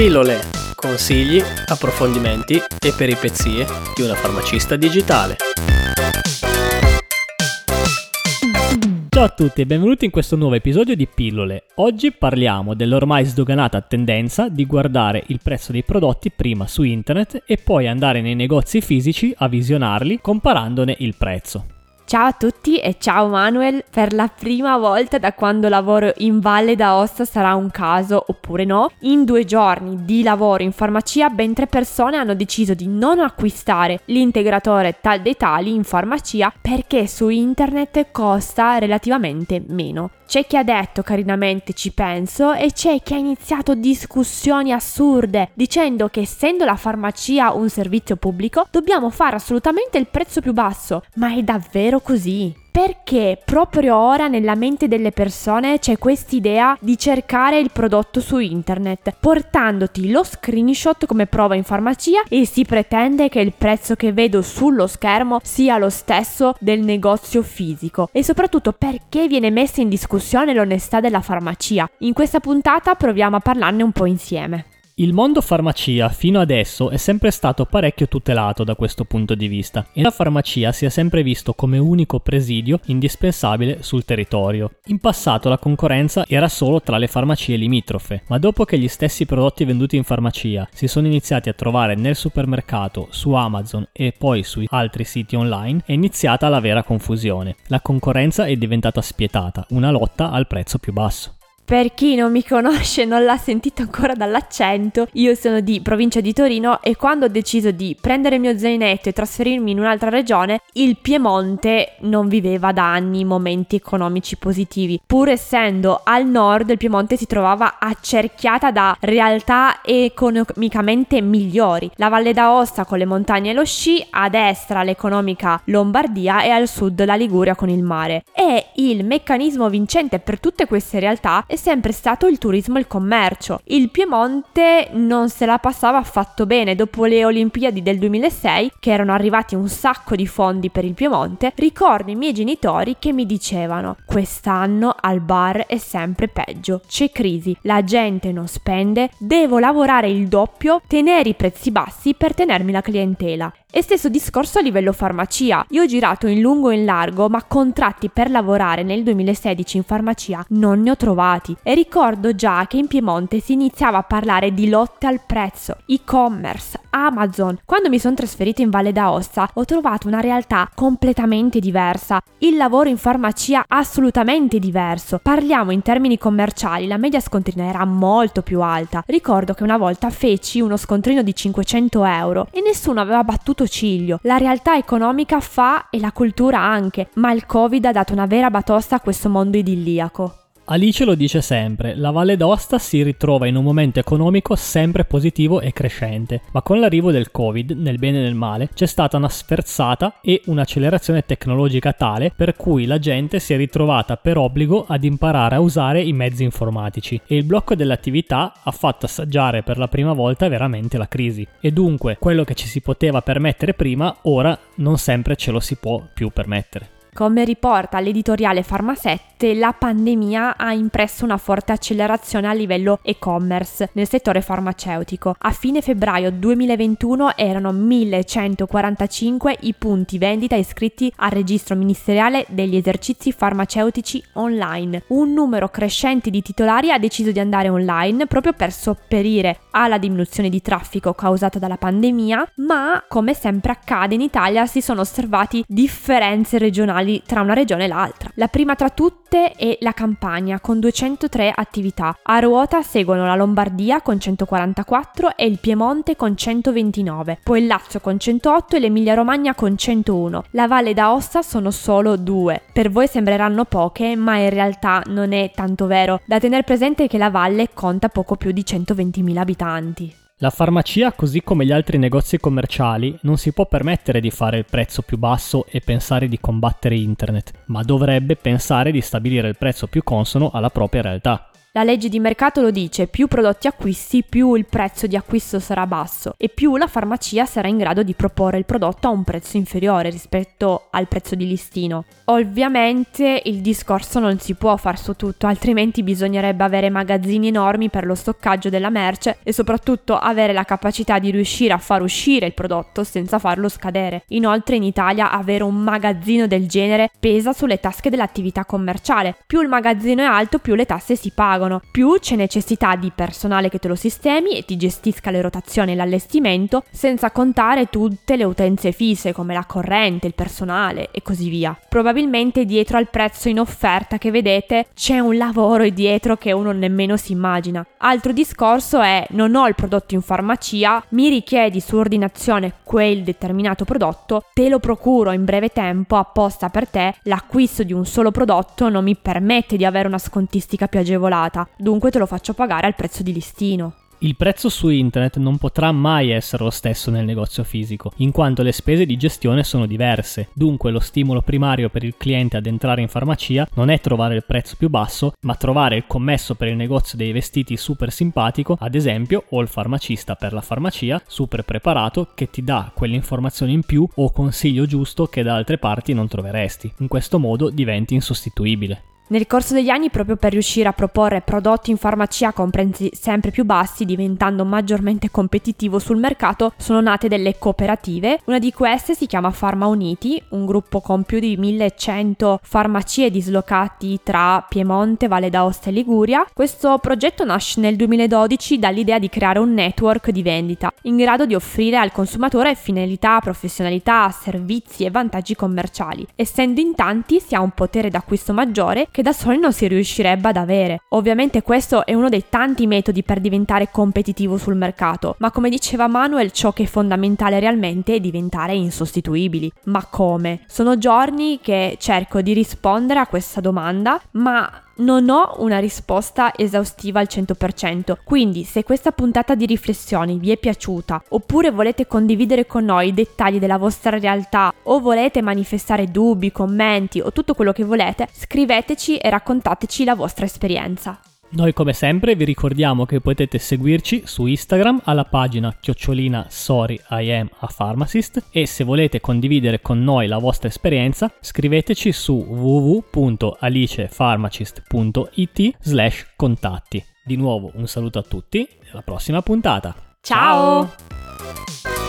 Pillole, consigli, approfondimenti e peripezie di una farmacista digitale. Ciao a tutti e benvenuti in questo nuovo episodio di Pillole. Oggi parliamo dell'ormai sdoganata tendenza di guardare il prezzo dei prodotti prima su internet e poi andare nei negozi fisici a visionarli comparandone il prezzo. Ciao a tutti e ciao Manuel, per la prima volta da quando lavoro in Valle d'Aosta, sarà un caso oppure no, in 2 giorni di lavoro in farmacia ben 3 persone hanno deciso di non acquistare l'integratore tal dei tali in farmacia perché su internet costa relativamente meno. C'è chi ha detto carinamente ci penso e c'è chi ha iniziato discussioni assurde dicendo che essendo la farmacia un servizio pubblico dobbiamo fare assolutamente il prezzo più basso. Ma è davvero così? Perché proprio ora nella mente delle persone c'è quest'idea di cercare il prodotto su internet, portandoti lo screenshot come prova in farmacia e si pretende che il prezzo che vedo sullo schermo sia lo stesso del negozio fisico. E soprattutto perché viene messa in discussione l'onestà della farmacia? In questa puntata proviamo a parlarne un po' insieme. Il mondo farmacia fino adesso è sempre stato parecchio tutelato da questo punto di vista e la farmacia si è sempre visto come unico presidio indispensabile sul territorio. In passato la concorrenza era solo tra le farmacie limitrofe, ma dopo che gli stessi prodotti venduti in farmacia si sono iniziati a trovare nel supermercato, su Amazon e poi su altri siti online, è iniziata la vera confusione. La concorrenza è diventata spietata, una lotta al prezzo più basso. Per chi non mi conosce, non l'ha sentito ancora dall'accento, io sono di provincia di Torino e quando ho deciso di prendere il mio zainetto e trasferirmi in un'altra regione, il Piemonte non viveva da anni momenti economici positivi. Pur essendo al nord, il Piemonte si trovava accerchiata da realtà economicamente migliori. La Valle d'Aosta con le montagne e lo sci, a destra l'economica Lombardia e al sud la Liguria con il mare. E il meccanismo vincente per tutte queste realtà è sempre stato il turismo e il commercio. Il Piemonte non se la passava affatto bene dopo le Olimpiadi del 2006, che erano arrivati un sacco di fondi per il Piemonte. Ricordo i miei genitori che mi dicevano: quest'anno al bar è sempre peggio, c'è crisi, la gente non spende, devo lavorare il doppio, tenere i prezzi bassi per tenermi la clientela. E stesso discorso a livello farmacia. Io ho girato in lungo e in largo, ma contratti per lavorare nel 2016 in farmacia non ne ho trovati. E ricordo già che in Piemonte si iniziava a parlare di lotte al prezzo, e-commerce, Amazon. Quando mi sono trasferita in Valle d'Aosta ho trovato una realtà completamente diversa. Il lavoro in farmacia assolutamente diverso. Parliamo in termini commerciali, la media scontrina era molto più alta. Ricordo che una volta feci uno scontrino di 500 euro e nessuno aveva battuto ciglio. La realtà economica fa e la cultura anche, ma il Covid ha dato una vera batosta a questo mondo idilliaco. Alice lo dice sempre, la Valle d'Aosta si ritrova in un momento economico sempre positivo e crescente, ma con l'arrivo del Covid, nel bene e nel male, c'è stata una sferzata e un'accelerazione tecnologica tale per cui la gente si è ritrovata per obbligo ad imparare a usare i mezzi informatici e il blocco dell'attività ha fatto assaggiare per la prima volta veramente la crisi. E dunque, quello che ci si poteva permettere prima, ora non sempre ce lo si può più permettere. Come riporta l'editoriale Farma7, la pandemia ha impresso una forte accelerazione a livello e-commerce nel settore farmaceutico. A fine febbraio 2021 erano 1145 i punti vendita iscritti al registro ministeriale degli esercizi farmaceutici online. Un numero crescente di titolari ha deciso di andare online proprio per sopperire alla diminuzione di traffico causata dalla pandemia, ma come sempre accade in Italia si sono osservati differenze regionali tra una regione e l'altra. La prima tra tutte è la Campania con 203 attività. A ruota seguono la Lombardia con 144 e il Piemonte con 129, poi il Lazio con 108 e l'Emilia Romagna con 101. La Valle d'Aosta sono solo 2. Per voi sembreranno poche, ma in realtà non è tanto vero, da tenere presente che la Valle conta poco più di 120.000 abitanti. La farmacia, così come gli altri negozi commerciali, non si può permettere di fare il prezzo più basso e pensare di combattere internet, ma dovrebbe pensare di stabilire il prezzo più consono alla propria realtà. La legge di mercato lo dice: più prodotti acquisti, più il prezzo di acquisto sarà basso e più la farmacia sarà in grado di proporre il prodotto a un prezzo inferiore rispetto al prezzo di listino. Ovviamente il discorso non si può far su tutto, altrimenti bisognerebbe avere magazzini enormi per lo stoccaggio della merce e soprattutto avere la capacità di riuscire a far uscire il prodotto senza farlo scadere. Inoltre in Italia avere un magazzino del genere pesa sulle tasche dell'attività commerciale. Più il magazzino è alto, più le tasse si pagano, più c'è necessità di personale che te lo sistemi e ti gestisca le rotazioni e l'allestimento, senza contare tutte le utenze fisse come la corrente, il personale e così via. Probabilmente dietro al prezzo in offerta che vedete c'è un lavoro dietro che uno nemmeno si immagina. Altro discorso è: non ho il prodotto in farmacia, mi richiedi su ordinazione quel determinato prodotto, te lo procuro in breve tempo apposta per te, l'acquisto di un solo prodotto non mi permette di avere una scontistica più agevolata, dunque te lo faccio pagare al prezzo di listino. Il prezzo su internet non potrà mai essere lo stesso nel negozio fisico, in quanto le spese di gestione sono diverse. Dunque lo stimolo primario per il cliente ad entrare in farmacia non è trovare il prezzo più basso, ma trovare il commesso per il negozio dei vestiti super simpatico, ad esempio, o il farmacista per la farmacia super preparato che ti dà quell'informazione in più o consiglio giusto che da altre parti non troveresti. In questo modo diventi insostituibile. Nel corso degli anni, proprio per riuscire a proporre prodotti in farmacia con prezzi sempre più bassi, diventando maggiormente competitivo sul mercato, sono nate delle cooperative. Una di queste si chiama Pharma Uniti, un gruppo con più di 1100 farmacie dislocati tra Piemonte, Valle d'Aosta e Liguria. Questo progetto nasce nel 2012 dall'idea di creare un network di vendita in grado di offrire al consumatore finalità, professionalità, servizi e vantaggi commerciali. Essendo in tanti, si ha un potere d'acquisto maggiore che da soli non si riuscirebbe ad avere. Ovviamente questo è uno dei tanti metodi per diventare competitivo sul mercato, ma come diceva Manuel, ciò che è fondamentale realmente è diventare insostituibili. Ma come? Sono giorni che cerco di rispondere a questa domanda, ma non ho una risposta esaustiva al 100%, quindi se questa puntata di riflessioni vi è piaciuta oppure volete condividere con noi i dettagli della vostra realtà o volete manifestare dubbi, commenti o tutto quello che volete, scriveteci e raccontateci la vostra esperienza. Noi come sempre vi ricordiamo che potete seguirci su Instagram alla pagina @sorryiampharmacist e se volete condividere con noi la vostra esperienza scriveteci su www.alicepharmacist.it/contatti. Di nuovo un saluto a tutti e alla prossima puntata. Ciao!